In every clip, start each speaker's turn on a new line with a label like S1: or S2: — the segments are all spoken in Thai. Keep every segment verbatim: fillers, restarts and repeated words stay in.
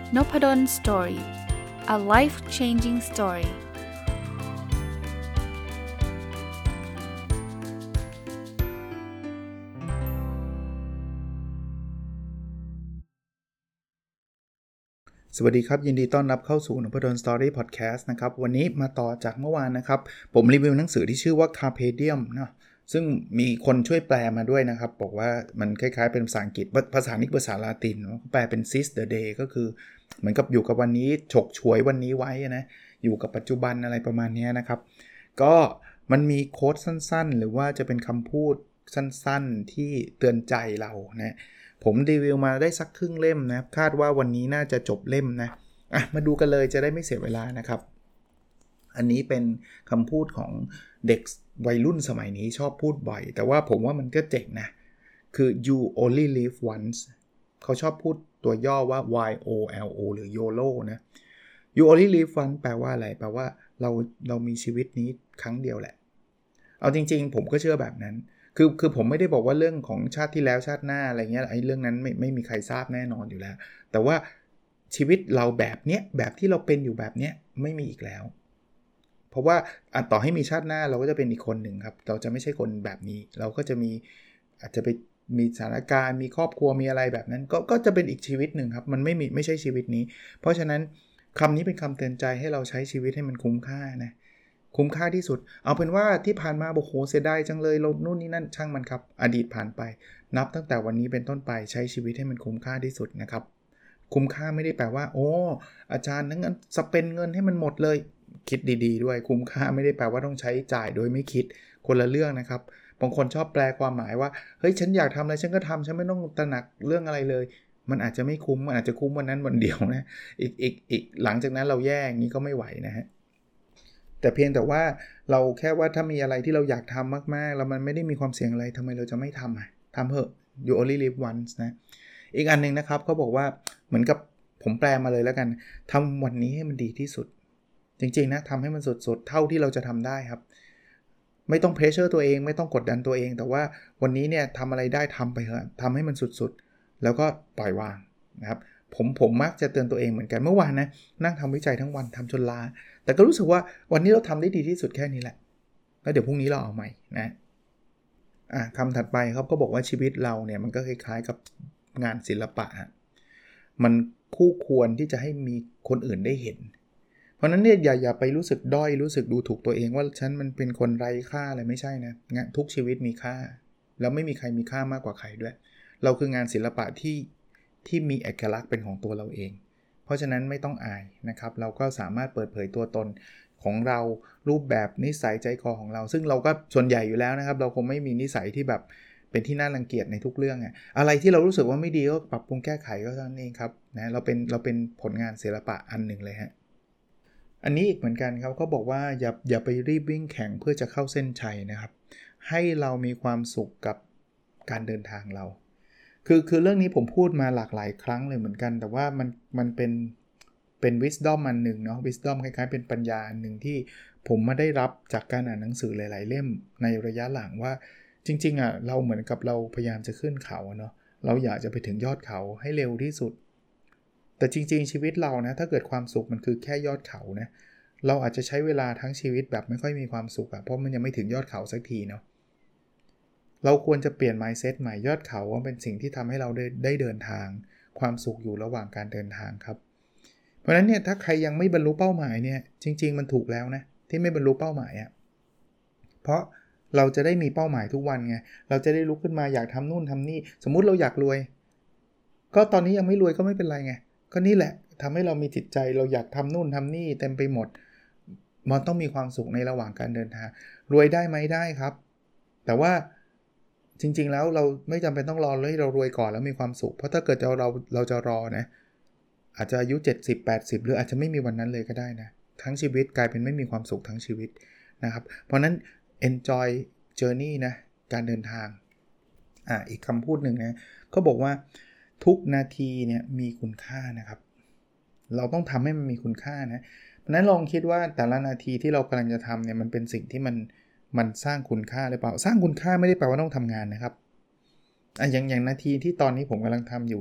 S1: Noppadan Story. A life-changing story.
S2: สวัสดีครับยินดีต้อนรับเข้าสู่ Noppadan Story Podcast นะครับวันนี้มาต่อจากเมื่อวานนะครับผมรีวิวหนังสือที่ชื่อว่า Carpe Diem นะซึ่งมีคนช่วยแปลมาด้วยนะครับบอกว่ามันคล้ายๆเป็นภาษาอังกฤษภาษานี่ภาษาลาตินแปลเป็น Seize the Day ก็คือเหมือนกับอยู่กับวันนี้ฉกฉวยวันนี้ไว้นะอยู่กับปัจจุบันอะไรประมาณนี้นะครับก็มันมีโค้ดสั้นๆหรือว่าจะเป็นคำพูดสั้นๆที่เตือนใจเรานะผมรีวิวมาได้สักครึ่งเล่มนะคาดว่าวันนี้น่าจะจบเล่มนะอ่ะมาดูกันเลยจะได้ไม่เสียเวลานะครับอันนี้เป็นคำพูดของเด็กวัยรุ่นสมัยนี้ชอบพูดบ่อยแต่ว่าผมว่ามันก็เจ๋งนะคือ you only live once เขาชอบพูดตัวย่อว่า วาย โอ แอล โอ หรือ โย แอล โอ นะ you only live once แปลว่าอะไรแปลว่าเราเรามีชีวิตนี้ครั้งเดียวแหละเอาจริงๆผมก็เชื่อแบบนั้นคือคือผมไม่ได้บอกว่าเรื่องของชาติที่แล้วชาติหน้าอะไรเงี้ยไอ้เรื่องนั้นไม่ไม่มีใครทราบแน่นอนอยู่แล้วแต่ว่าชีวิตเราแบบเนี้ยแบบที่เราเป็นอยู่แบบเนี้ยไม่มีอีกแล้วเพราะว่าต่อให้มีชาติหน้าเราก็จะเป็นอีกคนหนึ่งครับเราจะไม่ใช่คนแบบนี้เราก็จะมีอาจจะไปมีสถานการณ์มีครอบครัวมีอะไรแบบนั้นก็ก็จะเป็นอีกชีวิตหนึ่งครับมันไม่มีไม่ใช่ชีวิตนี้เพราะฉะนั้นคำนี้เป็นคำเตือนใจให้เราใช้ชีวิตให้มันคุ้มค่านะคุ้มค่าที่สุดเอาเป็นว่าที่ผ่านมาโอ้โหเสียดายจังเลยเรานู่นนี่นั่นช่างมันครับอดีตผ่านไปนับตั้งแต่วันนี้เป็นต้นไปใช้ชีวิตให้มันคุ้มค่าที่สุดนะครับคุ้มค่าไม่ได้แปลว่าโอ้อาจารย์นั้นสเปนเงินให้มันหมดเลยคิดดีๆด้วยคุ้มค่าไม่ได้แปลว่าต้องใช้จ่ายโดยไม่คิดคนละเรื่องนะครับบางคนชอบแปลความหมายว่าเฮ้ยฉันอยากทำอะไรฉันก็ทำฉันไม่ต้องตระหนักเรื่องอะไรเลยมันอาจจะไม่คุ้มมันอาจจะคุ้มวันนั้นวันเดียวนะอีกอีกอีกหลังจากนั้นเราแย่อย่างนี้ก็ไม่ไหวนะฮะแต่เพียงแต่ว่าเราแค่ว่าถ้ามีอะไรที่เราอยากทำมากๆแล้วมันไม่ได้มีความเสี่ยงอะไรทำไมเราจะไม่ทำอ่ะทำเถอะ you only live once นะอีกอันนึงนะครับเขาบอกว่าเหมือนกับผมแปลมาเลยแล้วกันทำวันนี้ให้มันดีที่สุดจริงๆนะทำให้มันสุดๆเท่าที่เราจะทำได้ครับไม่ต้องเพรสเชอร์ตัวเองไม่ต้องกดดันตัวเองแต่ว่าวันนี้เนี่ยทำอะไรได้ทำไปเถอะทำให้มันสุดๆแล้วก็ปล่อยวางนะครับผมผมมักจะเตือนตัวเองเหมือนกันเมื่อวานนะนั่งทำวิจัยทั้งวันทำจนล้าแต่ก็รู้สึกว่าวันนี้เราทำได้ดีที่สุดแค่นี้แหละแล้วเดี๋ยวพรุ่งนี้เราเอาใหม่นะอ่ะคำถัดไปครับก็บอกว่าชีวิตเราเนี่ยมันก็คล้ายๆกับงานศิลปะมันคู่ควรที่จะให้มีคนอื่นได้เห็นเพราะนั้นเนี่ยอย่าอย่าไปรู้สึกด้อยรู้สึกดูถูกตัวเองว่าฉันมันเป็นคนไร้ค่าอะไรไม่ใช่นะงานทุกชีวิตมีค่าแล้วไม่มีใครมีค่ามากกว่าใครด้วยเราคืองานศิลปะที่ที่มีเอกลักษณ์เป็นของตัวเราเองเพราะฉะนั้นไม่ต้องอายนะครับเราก็สามารถเปิดเผยตัวตนของเรารูปแบบนิสัยใจคอของเราซึ่งเราก็ส่วนใหญ่อยู่แล้วนะครับเราคงไม่มีนิสัยที่แบบเป็นที่น่ารังเกียจในทุกเรื่องอ่ะอะไรที่เรารู้สึกว่าไม่ดีก็ปรับปรุงแก้ไขก็เท่านั้นเองครับนะเราเป็นเราเป็นผลงานศิลปะอันหนึ่งเลยฮะอันนี้อีกเหมือนกันครับเขาบอกว่าอย่าอย่าไปรีบวิ่งแข่งเพื่อจะเข้าเส้นชัยนะครับให้เรามีความสุขกับการเดินทางเราคือคือเรื่องนี้ผมพูดมาหลากหลายครั้งเลยเหมือนกันแต่ว่ามันมันเป็นเป็น wisdom อันหนึ่งเนาะ wisdom คล้ายๆเป็นปัญญาอันหนึ่งที่ผมมาได้รับจากการอ่านหนังสือหลายๆเล่มในระยะหลังว่าจริงๆอ่ะเราเหมือนกับเราพยายามจะขึ้นเขาเนาะเราอยากจะไปถึงยอดเขาให้เร็วที่สุดแต่จริงๆชีวิตเรานะถ้าเกิดความสุขมันคือแค่ยอดเขานะเราอาจจะใช้เวลาทั้งชีวิตแบบไม่ค่อยมีความสุขอ่ะเพราะมันยังไม่ถึงยอดเขาสักทีเนาะเราควรจะเปลี่ยน mindset ใหม่ยอดเขาว่าเป็นสิ่งที่ทำให้เราได้ได้เดินทางความสุขอยู่ระหว่างการเดินทางครับเพราะฉะนั้นเนี่ยถ้าใครยังไม่บรรลุเป้าหมายเนี่ยจริงๆมันถูกแล้วนะที่ไม่บรรลุเป้าหมายอ่ะเพราะเราจะได้มีเป้าหมายทุกวันไงเราจะได้ลุกขึ้นมาอยากทำนู่นทำนี่สมมุติเราอยากรวยก็ตอนนี้ยังไม่รวยก็ไม่เป็นไรไงก็นี่แหละทำให้เรามีจิตใจเราอยากทำนู่นทำนี่เต็มไปหมดมันต้องมีความสุขในระหว่างการเดินทางรวยได้ไหมได้ครับแต่ว่าจริงๆแล้วเราไม่จำเป็นต้องรอให้เรารวยก่อนแล้วมีความสุขเพราะถ้าเกิดเราเราเราจะรอนะอาจจะอายุเจ็ดสิบ แปดสิบหรืออาจจะไม่มีวันนั้นเลยก็ได้นะทั้งชีวิตกลายเป็นไม่มีความสุขทั้งชีวิตนะครับเพราะนั้น enjoy journey นะการเดินทางอ่ะอีกคำพูดหนึ่งนะเขาบอกว่าทุกนาทีเนี่ยมีคุณค่านะครับเราต้องทำให้มันมีคุณค่านะเพราะนั้นลองคิดว่าแต่ละนาทีที่เรากำลังจะทำเนี่ยมันเป็นสิ่งที่มันมันสร้างคุณค่าหรือเปล่าสร้างคุณค่าไม่ได้แปลว่าต้องทำงานนะครับอ่ะอย่างอย่างนาทีที่ตอนนี้ผมกำลังทำอยู่เนี่ย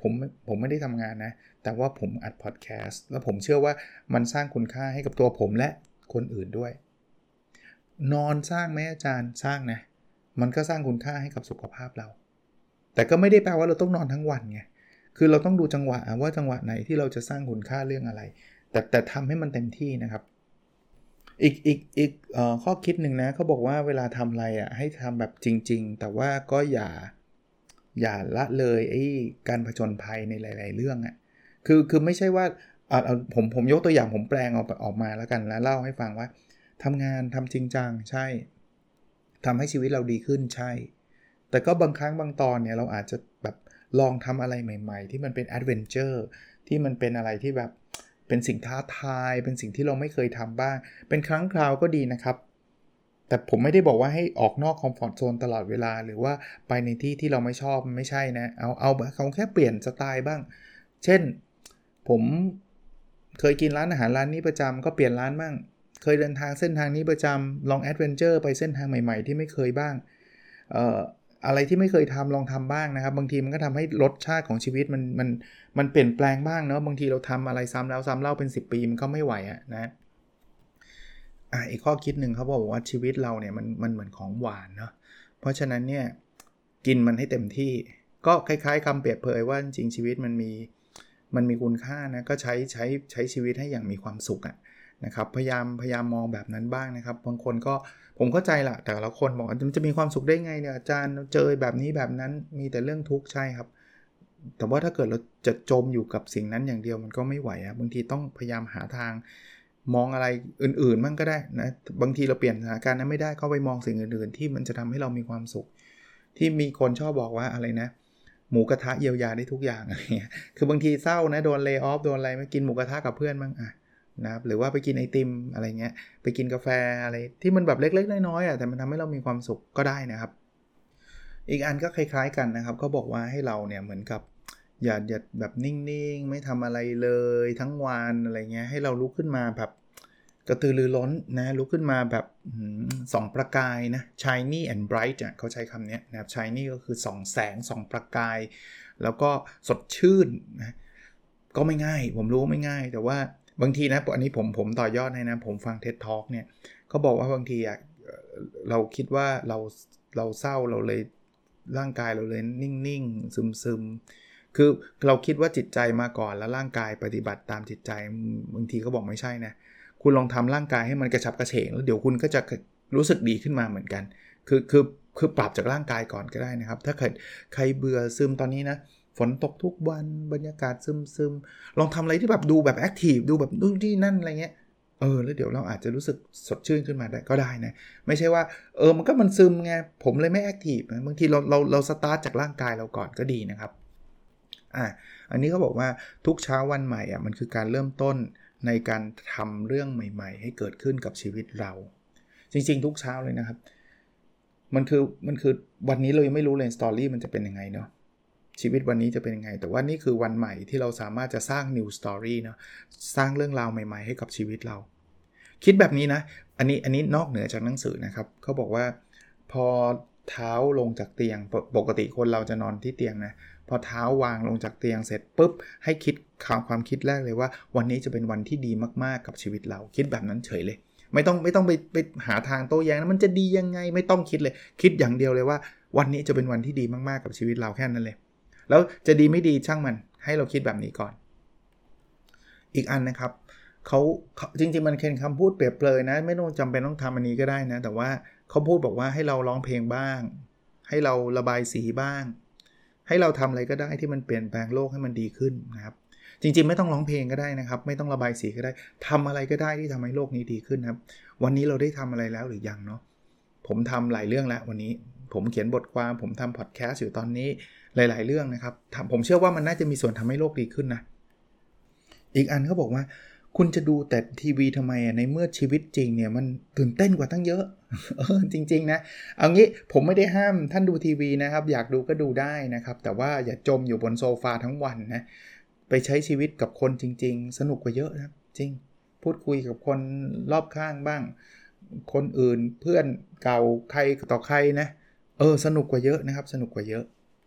S2: ผมผมไม่ได้ทำงานนะแต่ว่าผมอัดพอดแคสต์แล้วผมเชื่อว่ามันสร้างคุณค่าให้กับตัวผมและคนอื่นด้วยนอนสร้างไหมอาจารย์สร้างนะมันก็สร้างคุณค่าให้กับสุขภาพเราแต่ก็ไม่ได้แปลว่าเราต้องนอนทั้งวันไงคือเราต้องดูจังหวะว่าจังหวะไหนที่เราจะสร้างคุณค่าเรื่องอะไรแต่แต่ทำให้มันเต็มที่นะครับอีกอีกอีกเอ่อข้อคิดหนึ่งนะเขาบอกว่าเวลาทำอะไรอ่ะให้ทำแบบจริงๆแต่ว่าก็อย่าอย่าละเลยไอ้การผจญภัยในหลายๆเรื่องอ่ะคือคือไม่ใช่ว่าอ่าผมผมยกตัวอย่างผมแปลงออกออกมาแล้วกันแล้วเล่าให้ฟังว่าทำงานทำจริงจังใช่ทำให้ชีวิตเราดีขึ้นใช่แต่ก็บางครั้งบางตอนเนี่ยเราอาจจะแบบลองทำอะไรใหม่ๆที่มันเป็นแอดเวนเจอร์ที่มันเป็นอะไรที่แบบเป็นสิ่งท้าทายเป็นสิ่งที่เราไม่เคยทำบ้างเป็นครั้งคราวก็ดีนะครับแต่ผมไม่ได้บอกว่าให้ออกนอกคอมฟอร์ตโซนตลอดเวลาหรือว่าไปในที่ที่เราไม่ชอบไม่ใช่นะเอาเอาเขาแค่เปลี่ยนสไตล์บ้างเช่นผมเคยกินร้านอาหารร้านนี้ประจำก็เปลี่ยนร้านบ้างเคยเดินทางเส้นทางนี้ประจำลองแอดเวนเจอร์ไปเส้นทางใหม่ๆที่ไม่เคยบ้างเอ่ออะไรที่ไม่เคยทำลองทำบ้างนะครับบางทีมันก็ทำให้รสชาติของชีวิตมันมันมันเปลี่ยนแปลงบ้างเนาะบางทีเราทำอะไรซ้ำแล้วซ้ำเล่าเป็นสิบปีมันก็ไม่ไหวอะนะอ่ะอีกข้อคิดหนึ่งเขาบอกว่าชีวิตเราเนี่ยมันมันเหมือนของหวานเนาะเพราะฉะนั้นเนี่ยกินมันให้เต็มที่ก็คล้ายๆคำเปรียบเปรยว่าจริงชีวิตมันมีมันมีคุณค่านะก็ใช้ใช้ใช้ชีวิตให้อย่างมีความสุขอะนะครับพยายามพยายามมองแบบนั้นบ้างนะครับบางคนก็ผมเข้าใจละแต่ละคนบอกมันจะมีความสุขได้ไงเนี่ยอาจารย์เจอแบบนี้แบบนั้นมีแต่เรื่องทุกข์ใช่ครับแต่ว่าถ้าเกิดเราจะจมอยู่กับสิ่งนั้นอย่างเดียวมันก็ไม่ไหวอะบางทีต้องพยายามหาทางมองอะไรอื่นๆมั่งก็ได้นะบางทีเราเปลี่ยนสถานการณ์นั้นไม่ได้ก็ไปมองสิ่งอื่นๆที่มันจะทำให้เรามีความสุขที่มีคนชอบบอกว่าอะไรนะหมูกระทะเยียวยาได้ทุกอย่างอะไรเงี้ยคือบางทีเศร้านะโดนเลย์ออฟโดนอะไรมากินหมูกระทะกับเพื่อนบ้างอ่ะนะครับหรือว่าไปกินไอติมอะไรเงี้ยไปกินกาแฟอะไรที่มันแบบเล็กๆน้อยๆอ่ะแต่มันทำให้เรามีความสุขก็ได้นะครับอีกอันก็คล้ายๆกันนะครับก็บอกว่าให้เราเนี่ยเหมือนกับอย่าอย่าแบบนิ่งๆไม่ทำอะไรเลยทั้งวันอะไรเงี้ยให้เราลุกขึ้นมาแบบกระตือรือร้นนะลุกขึ้นมาแบบส่องประกายนะ shiny and bright อ่ะเขาใช้คำนี้นะครับ shiny ก็คือส่องแสงส่องประกายแล้วก็สดชื่นนะก็ไม่ง่ายผมรู้ไม่ง่ายแต่ว่าบางทีนะอันนี้ผมผมต่อยอดให้นะผมฟัง TED Talk เนี่ยเขาบอกว่าบางทีอ่ะเราคิดว่าเราเราเศร้าเราเลยร่างกายเราเลยนิ่งๆซึมๆคือเราคิดว่าจิตใจมาก่อนแล้วร่างกายปฏิบัติตามจิตใจบางทีเขาบอกไม่ใช่นะคุณลองทำร่างกายให้มันกระฉับกระเฉงแล้วเดี๋ยวคุณก็จะรู้สึกดีขึ้นมาเหมือนกันคือคือคือปรับจากร่างกายก่อนก็ได้นะครับถ้าเกิดใครเบื่อซึมตอนนี้นะฝนตกทุกวันบรรยากาศซึมๆลองทำอะไรที่แบบดูแบบแอคทีฟดูแบบนู่นนี่นั่นอะไรเงี้ยเออแล้วเดี๋ยวเราอาจจะรู้สึกสดชื่นขึ้นมาได้ก็ได้นะไม่ใช่ว่าเออมันก็มันซึมไงผมเลยไม่แอคทีฟบางทีเราเราเราสตาร์ทจากร่างกายเราก่อนก็ดีนะครับอ่ะอันนี้เขาบอกว่าทุกเช้าวันใหม่อ่ะมันคือการเริ่มต้นในการทำเรื่องใหม่ๆให้เกิดขึ้นกับชีวิตเราจริงๆทุกเช้าเลยนะครับมันคือมันคือวันนี้เรายังไม่รู้เลยสตอรี่มันจะเป็นยังไงเนาะชีวิตวันนี้จะเป็นยังไงแต่ว่านี่คือวันใหม่ที่เราสามารถจะสร้าง new story เนาะสร้างเรื่องราวใหม่ๆให้กับชีวิตเราคิดแบบนี้นะอันนี้อันนี้นอกเหนือจากหนังสือนะครับเขาบอกว่าพอเท้าลงจากเตียงปกติคนเราจะนอนที่เตียงนะพอเท้าวางลงจากเตียงเสร็จปุ๊บให้คิดความความคิดแรกเลยว่าวันนี้จะเป็นวันที่ดีมากๆกับชีวิตเราคิดแบบนั้นเฉยเลยไม่ต้องไม่ต้องไปไปหาทางโต้แย้งนะมันจะดียังไงไม่ต้องคิดเลยคิดอย่างเดียวเลยว่าวันนี้จะเป็นวันที่ดีมากๆกับชีวิตเราแค่นั้นเลยแล้วจะดีไม่ดีช่างมันให้เราคิดแบบนี้ก่อนอีกอันนะครับเขาจริงๆมันเป็นคำพูดเปรียบเปรยนะไม่ต้องจำเป็นต้องทำอันนี้ก็ได้นะแต่ว่าเขาพูดบอกว่าให้เราร้องเพลงบ้างให้เราระบายสีบ้างให้เราทำอะไรก็ได้ที่มันเปลี่ยนแปลงโลกให้มันดีขึ้นนะครับจริงๆไม่ต้องร้องเพลงก็ได้นะครับไม่ต้องระบายสีก็ได้ทำอะไรก็ได้ที่ทำให้โลกนี้ดีขึ้นครับวันนี้เราได้ทำอะไรแล้วหรือยังเนาะผมทำหลายเรื่องแล้ววันนี้ผมเขียนบทความผมทำพอดแคสต์อยู่ตอนนี้หลายๆเรื่องนะครับผมเชื่อว่ามันน่าจะมีส่วนทำให้โลกดีขึ้นนะอีกอันเขาบอกว่าคุณจะดูแต่ทีวีทำไมในเมื่อชีวิตจริงเนี่ยมันตื่นเต้นกว่าตั้งเยอะเออจริงๆนะเอางี้ผมไม่ได้ห้ามท่านดูทีวีนะครับอยากดูก็ดูได้นะครับแต่ว่าอย่าจมอยู่บนโซฟาทั้งวันนะไปใช้ชีวิตกับคนจริงๆสนุกกว่าเยอะนะจริงพูดคุยกับคนรอบข้างบ้างคนอื่นเพื่อนเก่าใครต่อใครนะเออสนุกกว่าเยอะนะครับสนุกกว่าเยอะ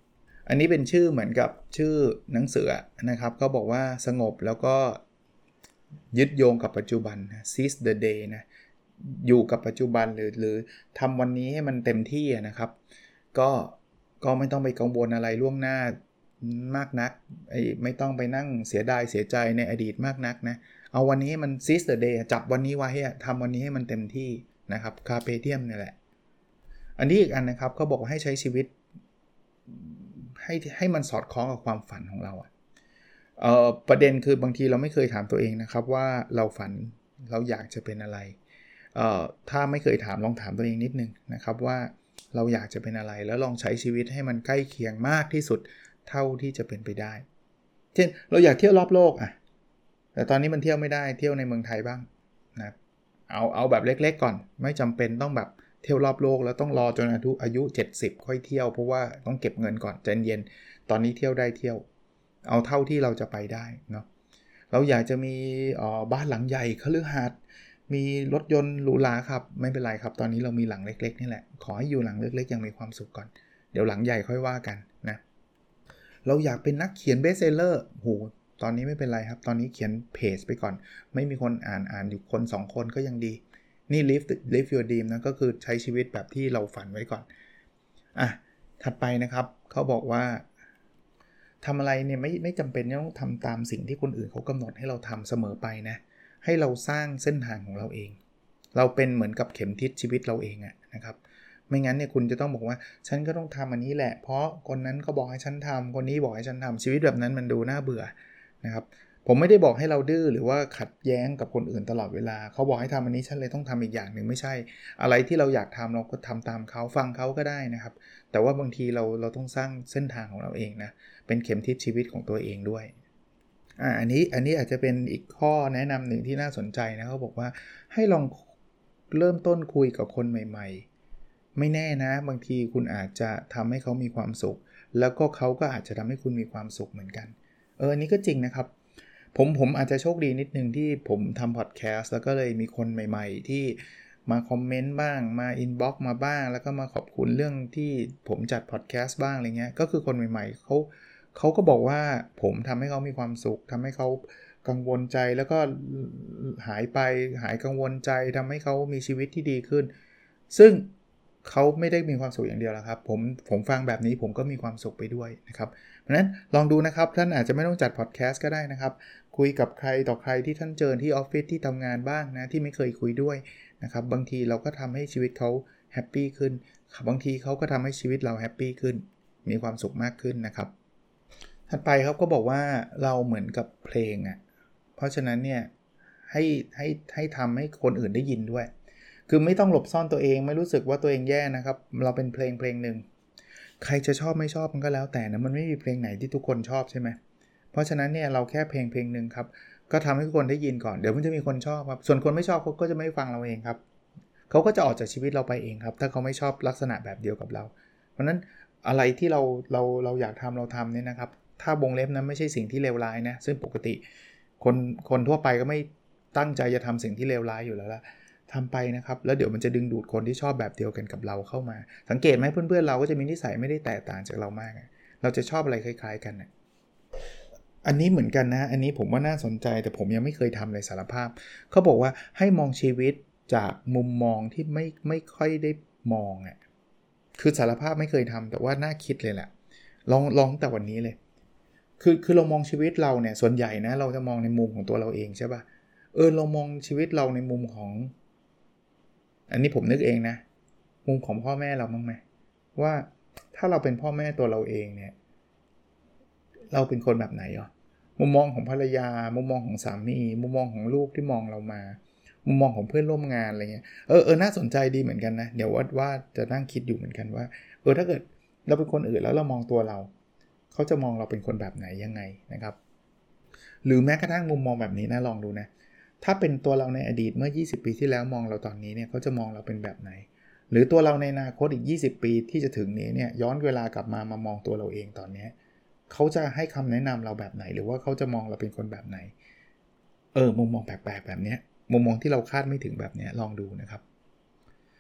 S2: อันนี้เป็นชื่อเหมือนกับชื่อหนังสือนะครับเขาบอกว่าสงบแล้วก็ยึดโยงกับปัจจุบัน seize the day นะอยู่กับปัจจุบันหรือหรือทำวันนี้ให้มันเต็มที่นะครับก็ก็ไม่ต้องไปกังวลอะไรล่วงหน้ามากนักไอ้ไม่ต้องไปนั่งเสียดายเสียใจในอดีตมากนักนะเอาวันนี้มัน seize the day จับวันนี้ไว้ทำวันนี้ให้มันเต็มที่นะครับ carpe diem นี่แหละอันนี้อีกอันนะครับเขาบอกว่าให้ใช้ชีวิตให้ให้มันสอดคล้องกับความฝันของเราอ่ะเอ่อประเด็นคือบางทีเราไม่เคยถามตัวเองนะครับว่าเราฝันเราอยากจะเป็นอะไรเอ่อถ้าไม่เคยถามลองถามตัวเองนิดนึงนะครับว่าเราอยากจะเป็นอะไรแล้วลองใช้ชีวิตให้มันใกล้เคียงมากที่สุดเท่าที่จะเป็นไปได้เช่นเราอยากเที่ยวรอบโลกอ่ะแต่ตอนนี้มันเที่ยวไม่ได้เที่ยวในเมืองไทยบ้างนะเอาเอาแบบเล็กๆก่อนไม่จำเป็นต้องแบบเที่ยวรอบโลกแล้วต้องรอจนอายุอายุเจ็ดสิบค่อยเที่ยวเพราะว่าต้องเก็บเงินก่อนใจเย็นตอนนี้เที่ยวได้เที่ยวเอาเท่าที่เราจะไปได้เนาะเราอยากจะมีอ๋อบ้านหลังใหญ่คฤหาสน์มีรถยนต์หรูหราครับไม่เป็นไรครับตอนนี้เรามีหลังเล็กๆนี่แหละขอให้อยู่หลังเล็กๆยังมีความสุขก่อนเดี๋ยวหลังใหญ่ค่อยว่ากันนะเราอยากเป็นนักเขียนเบสเซลเลอร์โหตอนนี้ไม่เป็นไรครับตอนนี้เขียนเพจไปก่อนไม่มีคนอ่านอ่านอยู่คนสองคนก็ยังดีนี่ live live your dream นะก็คือใช้ชีวิตแบบที่เราฝันไว้ก่อนอ่ะถัดไปนะครับเขาบอกว่าทำอะไรเนี่ยไม่ไม่จำเป็นต้องทำตามสิ่งที่คนอื่นเขากำหนดให้เราทำเสมอไปนะให้เราสร้างเส้นทางของเราเองเราเป็นเหมือนกับเข็มทิศชีวิตเราเองอะนะครับไม่งั้นเนี่ยคุณจะต้องบอกว่าฉันก็ต้องทำอันนี้แหละเพราะคนนั้นก็บอกให้ฉันทำคนนี้บอกให้ฉันทำชีวิตแบบนั้นมันดูน่าเบื่อนะครับผมไม่ได้บอกให้เราดื้อหรือว่าขัดแย้งกับคนอื่นตลอดเวลาเขาบอกให้ทำอันนี้ฉันเลยต้องทำอีกอย่างหนึ่งไม่ใช่อะไรที่เราอยากทำเราก็ทำตามเขาฟังเขาก็ได้นะครับแต่ว่าบางทีเราเราต้องสร้างเส้นทางของเราเองนะเป็นเข็มทิศชีวิตของตัวเองด้วยอ่าอันนี้อันนี้อาจจะเป็นอีกข้อแนะนำหนึ่งที่น่าสนใจนะเขาบอกว่าให้ลองเริ่มต้นคุยกับคนใหม่ๆไม่แน่นะบางทีคุณอาจจะทำให้เขามีความสุขแล้วก็เขาก็อาจจะทำให้คุณมีความสุขเหมือนกันเอออันนี้ก็จริงนะครับผมผมอาจจะโชคดีนิดนึงที่ผมทำพอดแคสต์แล้วก็เลยมีคนใหม่ๆที่มาคอมเมนต์บ้างมาอินบ็อกซ์มาบ้างแล้วก็มาขอบคุณเรื่องที่ผมจัดพอดแคสต์บ้างอะไรเงี้ยก็คือคนใหม่ๆเขาเขาก็บอกว่าผมทำให้เขามีความสุขทำให้เขากังวลใจแล้วก็หายไปหายกังวลใจทำให้เขามีชีวิตที่ดีขึ้นซึ่งเขาไม่ได้มีความสุขอย่างเดียวแล้วครับผมผมฟังแบบนี้ผมก็มีความสุขไปด้วยนะครับเพราะฉะนั้นลองดูนะครับท่านอาจจะไม่ต้องจัดพอดแคสต์ก็ได้นะครับคุยกับใครต่อใครที่ท่านเจอที่ออฟฟิศที่ทำงานบ้างนะที่ไม่เคยคุยด้วยนะครับบางทีเราก็ทำให้ชีวิตเขาแฮปปี้ขึ้นบางทีเขาก็ทำให้ชีวิตเราแฮปปี้ขึ้นมีความสุขมากขึ้นนะครับถัดไปครับก็บอกว่าเราเหมือนกับเพลงอ่ะเพราะฉะนั้นเนี่ยให้ให้ให้ทำให้คนอื่นได้ยินด้วยคือไม่ต้องหลบซ่อนตัวเองไม่รู้สึกว่าตัวเองแย่นะครับเราเป็นเพลงเพลงหนึ่งใครจะชอบไม่ชอบมันก็แล้วแต่นะมันไม่มีเพลงไหนที่ทุกคนชอบใช่ไหมเพราะฉะนั้นเนี่ยเราแค่เพลงเพลงหนึ่งครับก็ทำให้ทุกคนได้ยินก่อนเดี๋ยวมันจะมีคนชอบครับส่วนคนไม่ชอบเขาก็จะไม่ฟังเราเองครับเขาก็จะออกจากชีวิตเราไปเองครับถ้าเขาไม่ชอบลักษณะแบบเดียวกับเราเพราะนั้นอะไรที่เราเราเราอยากทำเราทำเนี่ยนะครับถ้าวงเล็บนั้นไม่ใช่สิ่งที่เลวร้ายนะซึ่งปกติคนคนทั่วไปก็ไม่ตั้งใจจะทำสิ่งที่เลวร้ายอยู่แล้วล่ะทำไปนะครับแล้วเดี๋ยวมันจะดึงดูดคนที่ชอบแบบเดียวกันกับเราเข้ามาสังเกตไหมเพื่อนๆเราก็จะมีนิสัยไม่ได้แตกต่างจากเรามากเราจะชอบอะไรคล้ายๆกันนะอันนี้เหมือนกันนะอันนี้ผมว่าน่าสนใจแต่ผมยังไม่เคยทำเลยสารภาพเขาบอกว่าให้มองชีวิตจากมุมมองที่ไม่ไม่ค่อยได้มองอ่ะคือสารภาพไม่เคยทำแต่ว่าน่าคิดเลยแหละลองลองแต่วันนี้เลยคือคือเรามองชีวิตเราเนี่ยส่วนใหญ่นะเราจะมองในมุมของตัวเราเองใช่ป่ะเออเรามองชีวิตเราในมุมของอันนี้ผมนึกเองนะมุมของพ่อแม่เราบ้างไหมว่าถ้าเราเป็นพ่อแม่ตัวเราเองเนี่ยเราเป็นคนแบบไหนอ่ะมุมมองของภรรยามุมมองของสามีมุมมองของลูกที่มองเรามามุมมองของเพื่อนร่วมงานอะไรเงี้ยเออเออน่าสนใจดีเหมือนกันนะเดี๋ยวว่าว่าจะนั่งคิดอยู่เหมือนกันว่าเออถ้าเกิดเราเป็นคนอื่นแล้วเรามองตัวเราเขาจะมองเราเป็นคนแบบไหนยังไงนะครับหรือแม้กระทั่งมุมมองแบบนี้นะลองดูนะถ้าเป็นตัวเราในอดีตเมื่อยี่สิบปีที่แล้วมองเราตอนนี้เนี่ยเขาจะมองเราเป็นแบบไหนหรือตัวเราในอนาคตอีกยี่สิบปีที่จะถึงนี้เนี่ยย้อนเวลากลับมามามองตัวเราเองตอนนี้เขาจะให้คำแนะนำเราแบบไหนหรือว่าเขาจะมองเราเป็นคนแบบไหนเออมุมมองแปลกๆแบบนี้มุมมองที่เราคาดไม่ถึงแบบนี้ลองดูนะครับ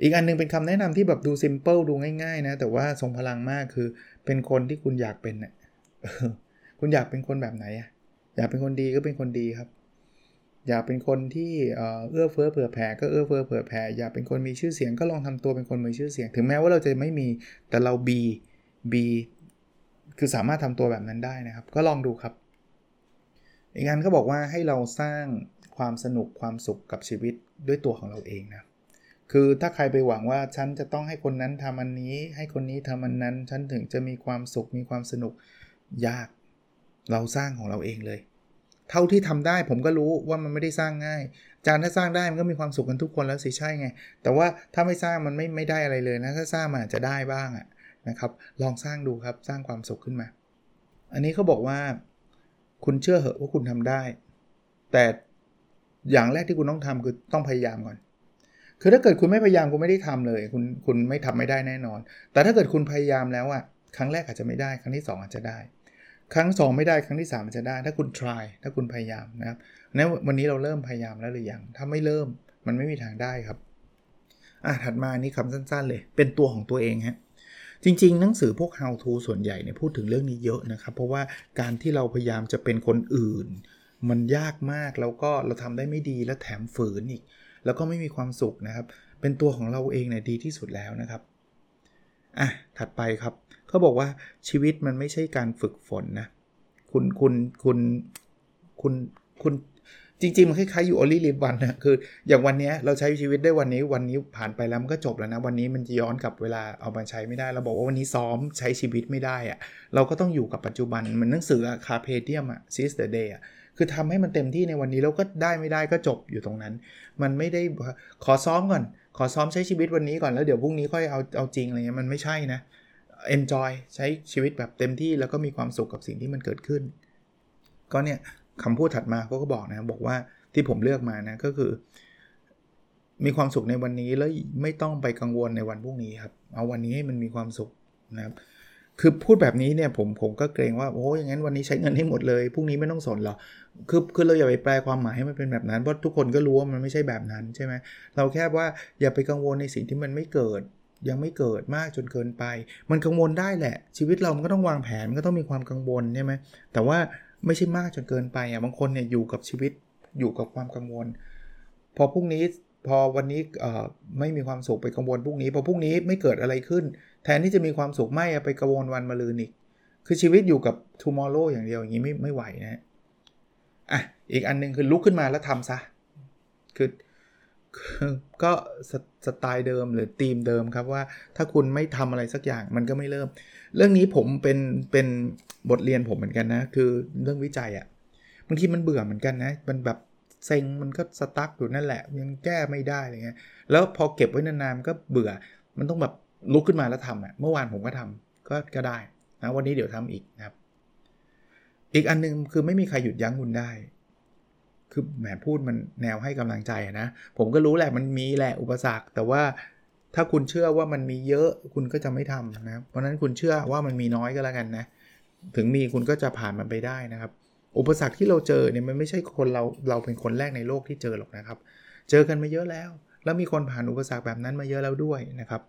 S2: อีกอันนึงเป็นคำแนะนำที่แบบดูซิมเปิลดูง่ายๆนะแต่ว่าทรงพลังมากคือเป็นคนที่คุณอยากเป็นน่ะคุณอยากเป็นคนแบบไหนอ่ะอยากเป็นคนดีก็เป็นคนดีครับอยากเป็นคนที่เอื้อเฟื้อเผื่อแผ่ก็เอื้อเฟื้อเผื่อแผ่อยากเป็นคนมีชื่อเสียงก็ลองทำตัวเป็นคนมีชื่อเสียงถึงแม้ว่าเราจะไม่มีแต่เรา be be คือสามารถทำตัวแบบนั้นได้นะครับก็ลองดูครับอีกอันก็บอกว่าให้เราสร้างความสนุกความสุขกับชีวิตด้วยตัวของเราเองนะคือถ้าใครไปหวังว่าฉันจะต้องให้คนนั้นทำอันนี้ให้คนนี้ทำอันนั้นฉันถึงจะมีความสุขมีความสนุกยากเราสร้างของเราเองเลยเท่าที่ทำได้ผมก็รู้ว่ามันไม่ได้สร้างง่ายจานถ้าสร้างได้มันก็มีความสุขกันทุกคนแล้วสิใช่ไงแต่ว่าถ้าไม่สร้างมันไม่ไม่ได้อะไรเลยนะถ้าสร้างมันอาจจะได้บ้างอะนะครับลองสร้างดูครับสร้างความสุขขึ้นมาอันนี้เขาบอกว่าคุณเชื่อเหอะว่าคุณทำได้แต่อย่างแรกที่คุณต้องทำคือต้องพยายามก่อนคือถ้าเกิดคุณไม่พยายามคุณไม่ได้ทำเลยคุณคุณไม่ทำไม่ได้แน่นอนแต่ถ้าเกิดคุณพยายามแล้วอะครั้งแรกอาจจะไม่ได้ครั้งที่สองอาจจะได้ครั้งสองไม่ได้ครั้งที่สามอาจจะได้ถ้าคุณ try ถ้าคุณพยายามนะครับในวันนี้เราเริ่มพยายามแล้วหรือยังถ้าไม่เริ่มมันไม่มีทางได้ครับอ่ะถัดมานี่คำสั้นๆเลยเป็นตัวของตัวเองฮะจริงๆหนังสือพวก how to ส่วนใหญ่เนี่ยพูดถึงเรื่องนี้เยอะนะครับเพราะว่าการที่เราพยายามจะเป็นคนอื่นมันยากมากแล้วก็เราทำได้ไม่ดีและแถมฝืนอีกแล้วก็ไม่มีความสุขนะครับเป็นตัวของเราเองเนี่ยดีที่สุดแล้วนะครับอ่ะถัดไปครับเขาบอกว่าชีวิตมันไม่ใช่การฝึกฝนนะคุณคุณคุณคุณคุณจริงๆมันคล้ายๆอยู่ only live one นะคืออย่างวันนี้เราใช้ชีวิตได้วันนี้วันนี้ผ่านไปแล้วมันก็จบแล้วนะวันนี้มันจะย้อนกลับเวลาเอามาใช้ไม่ได้เราบอกว่าวันนี้ซ้อมใช้ชีวิตไม่ได้อะเราก็ต้องอยู่กับปัจจุบันเหมือนหนังสือ Carpe Diem อะ Seize the Day อะคือทำให้มันเต็มที่ในวันนี้แล้วก็ได้ไม่ได้ก็จบอยู่ตรงนั้นมันไม่ได้ขอซ้อมก่อนขอซ้อมใช้ชีวิตวันนี้ก่อนแล้วเดี๋ยวพรุ่งนี้ค่อยเอาเอาจริงอะไรเงี้ยมันไม่ใช่นะ enjoy ใช้ชีวิตแบบเต็มที่แล้วก็มีความสุขกับสิ่งที่มันเกิดขึ้นก็เนี่ยคำพูดถัดมาเขาก็บอกนะบอกว่าที่ผมเลือกมานะก็คือมีความสุขในวันนี้แล้วไม่ต้องไปกังวลในวันพรุ่งนี้ครับเอาวันนี้ให้มันมีความสุขนะครับคือพูดแบบนี้เนี่ยผมผมก็เกรงว่าโอ้ยอย่างนั้นวันนี้ใช้เงินให้หมดเลยพรุ่งนี้ไม่ต้องสนหรอกคือคือเราอย่าไปแปลความหมายให้มันเป็นแบบนั้นเพราะทุกคนก็รู้ว่ามันไม่ใช่แบบนั้นใช่ไหมเราแค่ว่าอย่าไปกังวลในสิ่งที่มันไม่เกิดยังไม่เกิดมากจนเกินไปมันกังวลได้แหละชีวิตเรามันก็ต้องวางแผนมันก็ต้องมีความกังวลใช่ไหมแต่ว่าไม่ใช่มากจนเกินไปอ่ะบางคนเนี่ยอยู่กับชีวิตอยู่กับความกังวลพอพรุ่งนี้พอวันนี้เอ่อไม่มีความสุขไปกังวลพรุ่งนี้พอพรุ่งนี้ไม่เกิดอะไรขึ้นแทนที่จะมีความสุขไม่ไปกังวลวันมะรืนอีกคือชีวิตอยู่กับ tomorrow อย่างเดียวอย่างนี้ไม่ไม่ไหวนะอ่ะอีกอันนึงคือลุกขึ้นมาแล้วทำซะคือก็สไตล์เดิมหรือธีมเดิมครับว่าถ้าคุณไม่ทำอะไรสักอย่างมันก็ไม่เริ่มเรื่องนี้ผมเป็นเป็นบทเรียนผมเหมือนกันนะคือเรื่องวิจัยอ่ะบางทีมันเบื่อเหมือนกันนะมันแบบเซ็งมันก็สตั๊กอยู่นั่นแหละยังแก้ไม่ได้อะไรเงี้ยแล้วพอเก็บไว้นานๆมันก็เบื่อมันต้องแบบลุกขึ้นมาแล้วทำอ่ะเมื่อวานผมก็ทำก็ก็ได้นะวันนี้เดี๋ยวทำอีกนะครับอีกอันนึงคือไม่มีใครหยุดยั้งคุณได้คือแหมพูดมันแนวให้กำลังใจนะผมก็รู้แหละมันมีแหละอุปสรรคแต่ว่าถ้าคุณเชื่อว่ามันมีเยอะคุณก็จะไม่ทำนะเพราะนั้นคุณเชื่อว่ามันมีน้อยก็แล้วกันนะถึงมีคุณก็จะผ่านมันไปได้นะครับอุปสรรคที่เราเจอเนี่ยมันไม่ใช่คนเราเราเป็นคนแรกในโลกที่เจอหรอกนะครับเจอกันมาเยอะแล้วแล้วมีคนผ่านอุปสรรคแบบนั้นมาเยอะแล้วด้วยนะครับ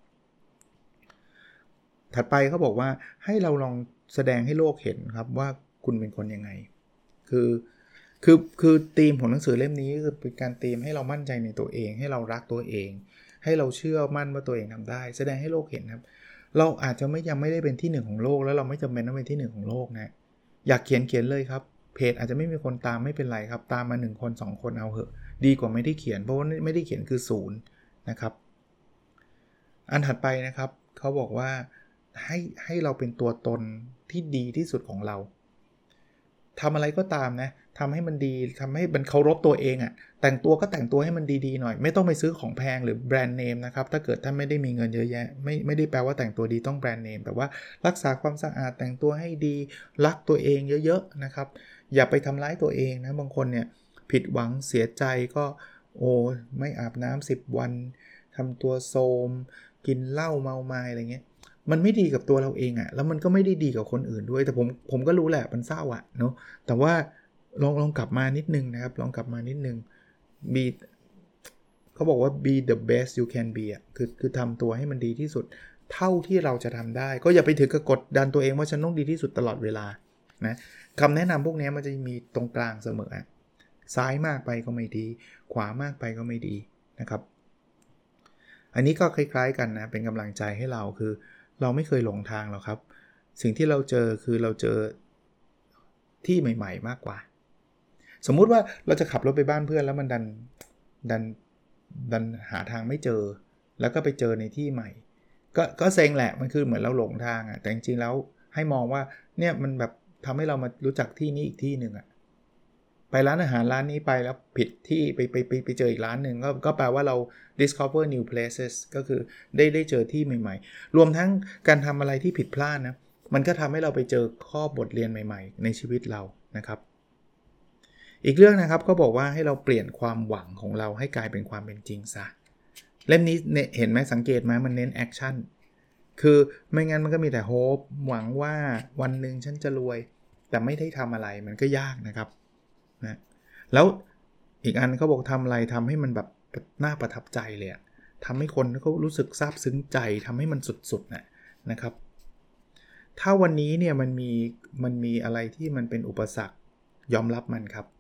S2: ถัดไปเขาบอกว่าให้เราลองแสดงให้โลกเห็นครับว่าคุณเป็นคนยังไงคือคือคือธีมของหนังสือเล่มนี้คือเป็นการธีมให้เรามั่นใจในตัวเองให้เรารักตัวเองให้เราเชื่อมั่นว่าตัวเองทำได้แสดงให้โลกเห็นครับเราอาจจะไม่ยังไม่ได้เป็นที่หนึ่งของโลกแล้วเราไม่จำเป็นต้องเป็นที่หนึ่งของโลกนะอยากเขียนเขียนเลยครับเพจอาจจะไม่มีคนตามไม่เป็นไรครับตามมาหนึ่งคนสองคนเอาเหอะดีกว่าไม่ได้เขียนเพราะว่าไม่ได้เขียนคือศูนย์นะครับอันถัดไปนะครับเขาบอกว่าให้ให้เราเป็นตัวตนที่ดีที่สุดของเราทำอะไรก็ตามนะทำให้มันดีทำให้มันเคารพตัวเองอะ่ะแต่งตัวก็แต่งตัวให้มันดีๆหน่อยไม่ต้องไปซื้อของแพงหรือแบรนด์เนมนะครับถ้าเกิดท่านไม่ได้มีเงินเยอะแยะไม่ไม่ได้แปลว่าแต่งตัวดีต้องแบรนด์เนมแต่ว่ารักษาความสะอาดแต่งตัวให้ดีรักตัวเองเยอะๆนะครับอย่าไปทำร้ายตัวเองนะบางคนเนี่ยผิดหวังเสียใจก็โอ้ไม่อาบน้ำสิบวันทำตัวโทรมกินเหล้าเมาไม้อะไรเงี้ยมันไม่ดีกับตัวเราเองอะ่ะแล้วมันก็ไม่ได้ดีกับคนอื่นด้วยแต่ผมผมก็รู้แหละมันเศร้าอ่ะเนาะแต่ว่าลองลองกลับมานิดนึงนะครับลองกลับมานิดนึงมีเขาเขาบอกว่า be the best you can be อ่ะคือคือทำตัวให้มันดีที่สุดเท่าที่เราจะทำได้ก็อย่าไปถึงกับกดดันตัวเองว่าฉันต้องดีที่สุดตลอดเวลานะคำแนะนำพวกนี้มันจะมีตรงกลางเสมอซ้ายมากไปก็ไม่ดีขวามากไปก็ไม่ดีนะครับอันนี้ก็คล้ายๆกันนะเป็นกำลังใจให้เราคือเราไม่เคยหลงทางหรอกครับสิ่งที่เราเจอคือเราเจอที่ใหม่ๆมากกว่าสมมุติว่าเราจะขับรถไปบ้านเพื่อนแล้วมันดันดันดันหาทางไม่เจอแล้วก็ไปเจอในที่ใหม่ก็ก็เซ็งแหละมันคือเหมือนเราหลงทางอ่ะแต่จริงๆแล้วให้มองว่าเนี่ยมันแบบทำให้เรามารู้จักที่นี้อีกที่นึงอ่ะไปร้านอาหารร้านนี้ไปแล้วผิดที่ไปไปไปไปเจออีกร้านนึงก็ก็แปลว่าเรา discover new places ก็คือได้ได้เจอที่ใหม่ๆรวมทั้งการทำอะไรที่ผิดพลาดนะมันก็ทำให้เราไปเจอข้อบทเรียนใหม่ๆในชีวิตเรานะครับอีกเรื่องนะครับก็บอกว่าให้เราเปลี่ยนความหวังของเราให้กลายเป็นความเป็นจริงซะเล่มนี้เห็นไหมสังเกตไหมมันเน้นแอคชั่นคือไม่งั้นมันก็มีแต่โฮปหวังว่าวันหนึ่งฉันจะรวยแต่ไม่ได้ทำอะไรมันก็ยากนะครับนะแล้วอีกอันเขาบอกทำอะไรทำให้มันแบบน่าประทับใจเลยอะทำให้คนเขารู้สึกซาบซึ้งใจทำให้มันสุดๆนะนะครับถ้าวันนี้เนี่ยมันมีมันมีอะไรที่มันเป็นอุปสรรคยอมรับมันครับ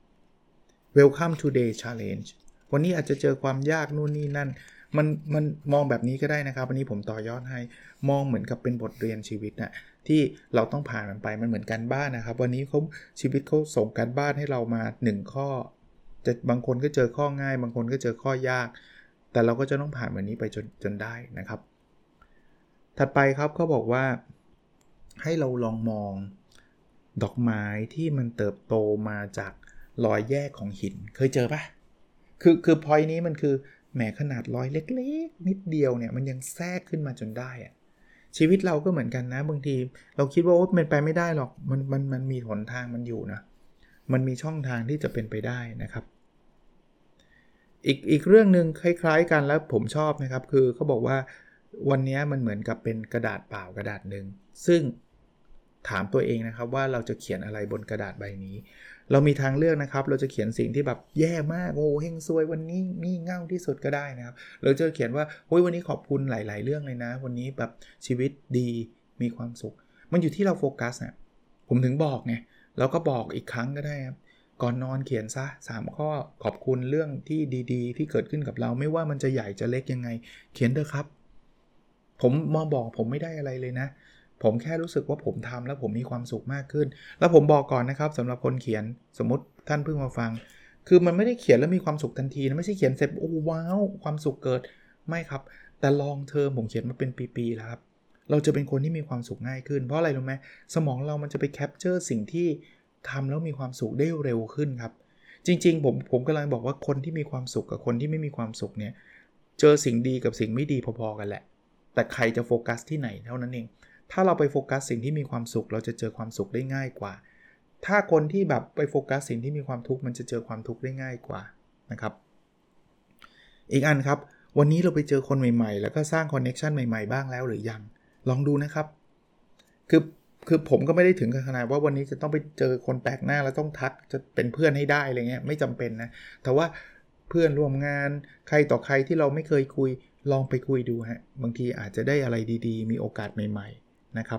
S2: Welcome today challenge วันนี้อาจจะเจอความยากนู่นนี่นั่นมันมันมองแบบนี้ก็ได้นะครับวันนี้ผมต่อยอดให้มองเหมือนกับเป็นบทเรียนชีวิตนะที่เราต้องผ่านมันไปมันเหมือนกันบ้านนะครับวันนี้เขาชีวิตเขาส่งการบ้านให้เรามาหนึ่งข้อจะบางคนก็เจอข้อง่ายบางคนก็เจอข้อยากแต่เราก็จะต้องผ่านวันนี้ไปจนจนได้นะครับถัดไปครับเขาบอกว่าให้เราลองมองดอกไม้ที่มันเติบโตมาจากรอยแยกของหินเคยเจอปะคือคือพอยนี้มันคือแหมขนาดรอยเล็กๆนิดเดียวเนี่ยมันยังแทรกขึ้นมาจนได้อะชีวิตเราก็เหมือนกันนะบางทีเราคิดว่ามันไปไม่ได้หรอกมันมันมันมีหนทางมันอยู่นะมันมีช่องทางที่จะเป็นไปได้นะครับอีกอีกเรื่องนึงคล้ายๆกันแล้วผมชอบนะครับคือเขาบอกว่าวันนี้มันเหมือนกับเป็นกระดาษเปล่ากระดาษนึงซึ่งถามตัวเองนะครับว่าเราจะเขียนอะไรบนกระดาษใบนี้เรามีทางเลือกนะครับเราจะเขียนสิ่งที่แบบแย่มากโอ้เฮงซวยวันนี้งี่เง่าที่สุดก็ได้นะครับเราจะเขียนว่าโอ้ยวันนี้ขอบคุณหลายๆเรื่องเลยนะวันนี้แบบชีวิตดีมีความสุขมันอยู่ที่เราโฟกัสนะผมถึงบอกไงเราก็บอกอีกครั้งก็ได้ครับก่อนนอนเขียนซะสามข้อขอบคุณเรื่องที่ดีๆที่เกิดขึ้นกับเราไม่ว่ามันจะใหญ่จะเล็กยังไงเขียนเถอะครับผมมาบอกผมไม่ได้อะไรเลยนะผมแค่รู้สึกว่าผมทำแล้วผมมีความสุขมากขึ้นแล้วผมบอกก่อนนะครับสำหรับคนเขียนสมมติท่านเพิ่งมาฟังคือมันไม่ได้เขียนแล้วมีความสุขทันทีนะไม่ใช่เขียนเสร็จโอ้ว้าวความสุขเกิดไม่ครับแต่ลองเทอมผมเขียนมาเป็นปีๆแล้วครับเราจะเป็นคนที่มีความสุขง่ายขึ้นเพราะอะไรรู้ไหมสมองเรามันจะไปแคปเจอร์สิ่งที่ทำแล้วมีความสุขได้เร็วขึ้นครับจริงๆผมผมกำลังบอกว่าคนที่มีความสุขกับคนที่ไม่มีความสุขเนี่ยเจอสิ่งดีกับสิ่งไม่ดีพอๆกันแหละแต่ใครจะโฟกัสที่ไหนเท่านั้นเองถ้าเราไปโฟกัสสิ่งที่มีความสุขเราจะเจอความสุขได้ง่ายกว่าถ้าคนที่แบบไปโฟกัสสิ่งที่มีความทุกข์มันจะเจอความทุกข์ได้ง่ายกว่านะครับอีกอันครับวันนี้เราไปเจอคนใหม่ๆแล้วก็สร้างคอนเนคชันใหม่ๆบ้างแล้วหรือยังลองดูนะครับคือคือผมก็ไม่ได้ถึงขนาดว่าวันนี้จะต้องไปเจอคนแปลกหน้าแล้วต้องทักจะเป็นเพื่อนให้ได้อะไรเงี้ยไม่จำเป็นนะแต่ว่าเพื่อนร่วมงานใครต่อใครที่เราไม่เคยคุยลองไปคุยดูฮะบางทีอาจจะได้อะไรดีๆมีโอกาสใหม่ๆนะครับ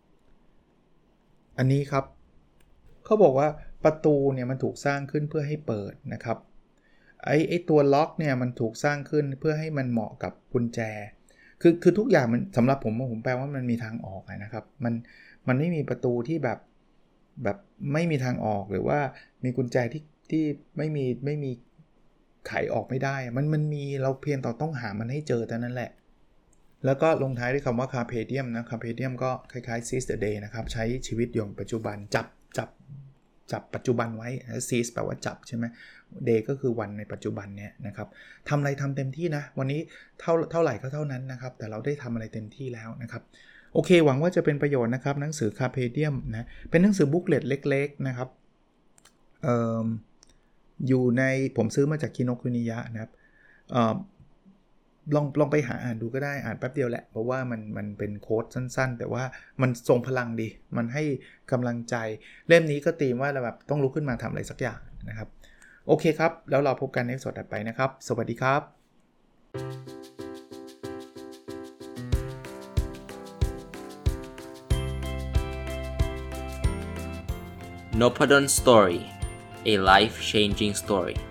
S2: อันนี้ครับเขาบอกว่าประตูเนี่ยมันถูกสร้างขึ้นเพื่อให้เปิดนะครับไอ้ไอ้ตัวล็อกเนี่ยมันถูกสร้างขึ้นเพื่อให้มันเหมาะกับกุญแจคือคือทุกอย่างมันสำหรับผมผมแปลว่ามันมีทางออกนะครับมันมันไม่มีประตูที่แบบแบบไม่มีทางออกหรือว่ามีกุญแจที่ที่ไม่มีไม่มีไขออกไม่ได้มันมันมีเราเพียงแต่ต้องหามันให้เจอเท่านั้นแหละแล้วก็ลงท้ายด้วยคำว่า carpe diem นะ carpe diem ก็คล้ายๆ seize the day นะครับใช้ชีวิตอยู่ปัจจุบันจับจับจับปัจจุบันไว้ seize แปลว่าจับใช่ไหม day ก็คือวันในปัจจุบันเนี่ยนะครับทำอะไรทำเต็มที่นะวันนี้เท่าเท่าไหร่ก็เท่านั้นนะครับแต่เราได้ทำอะไรเต็มที่แล้วนะครับโอเคหวังว่าจะเป็นประโยชน์นะครับหนังสือ carpe diem นะเป็นหนังสือบุ๊กเลตเล็กๆนะครับเอ่ออยู่ในผมซื้อมาจากคิโนคุนิยะนะครับเอ่อลองลองไปหาอ่านดูก็ได้อ่านแป๊บเดียวแหละเพราะว่ามันมันเป็นโค้ดสั้นๆแต่ว่ามันทรงพลังดีมันให้กำลังใจเล่มนี้ก็ตีมว่าเราแบบต้องลุกขึ้นมาทำอะไรสักอย่างนะครับโอเคครับแล้วเราพบกันในสดถัดไปนะครับสวัสดีครับ
S3: Nopadon Story, a life-changing story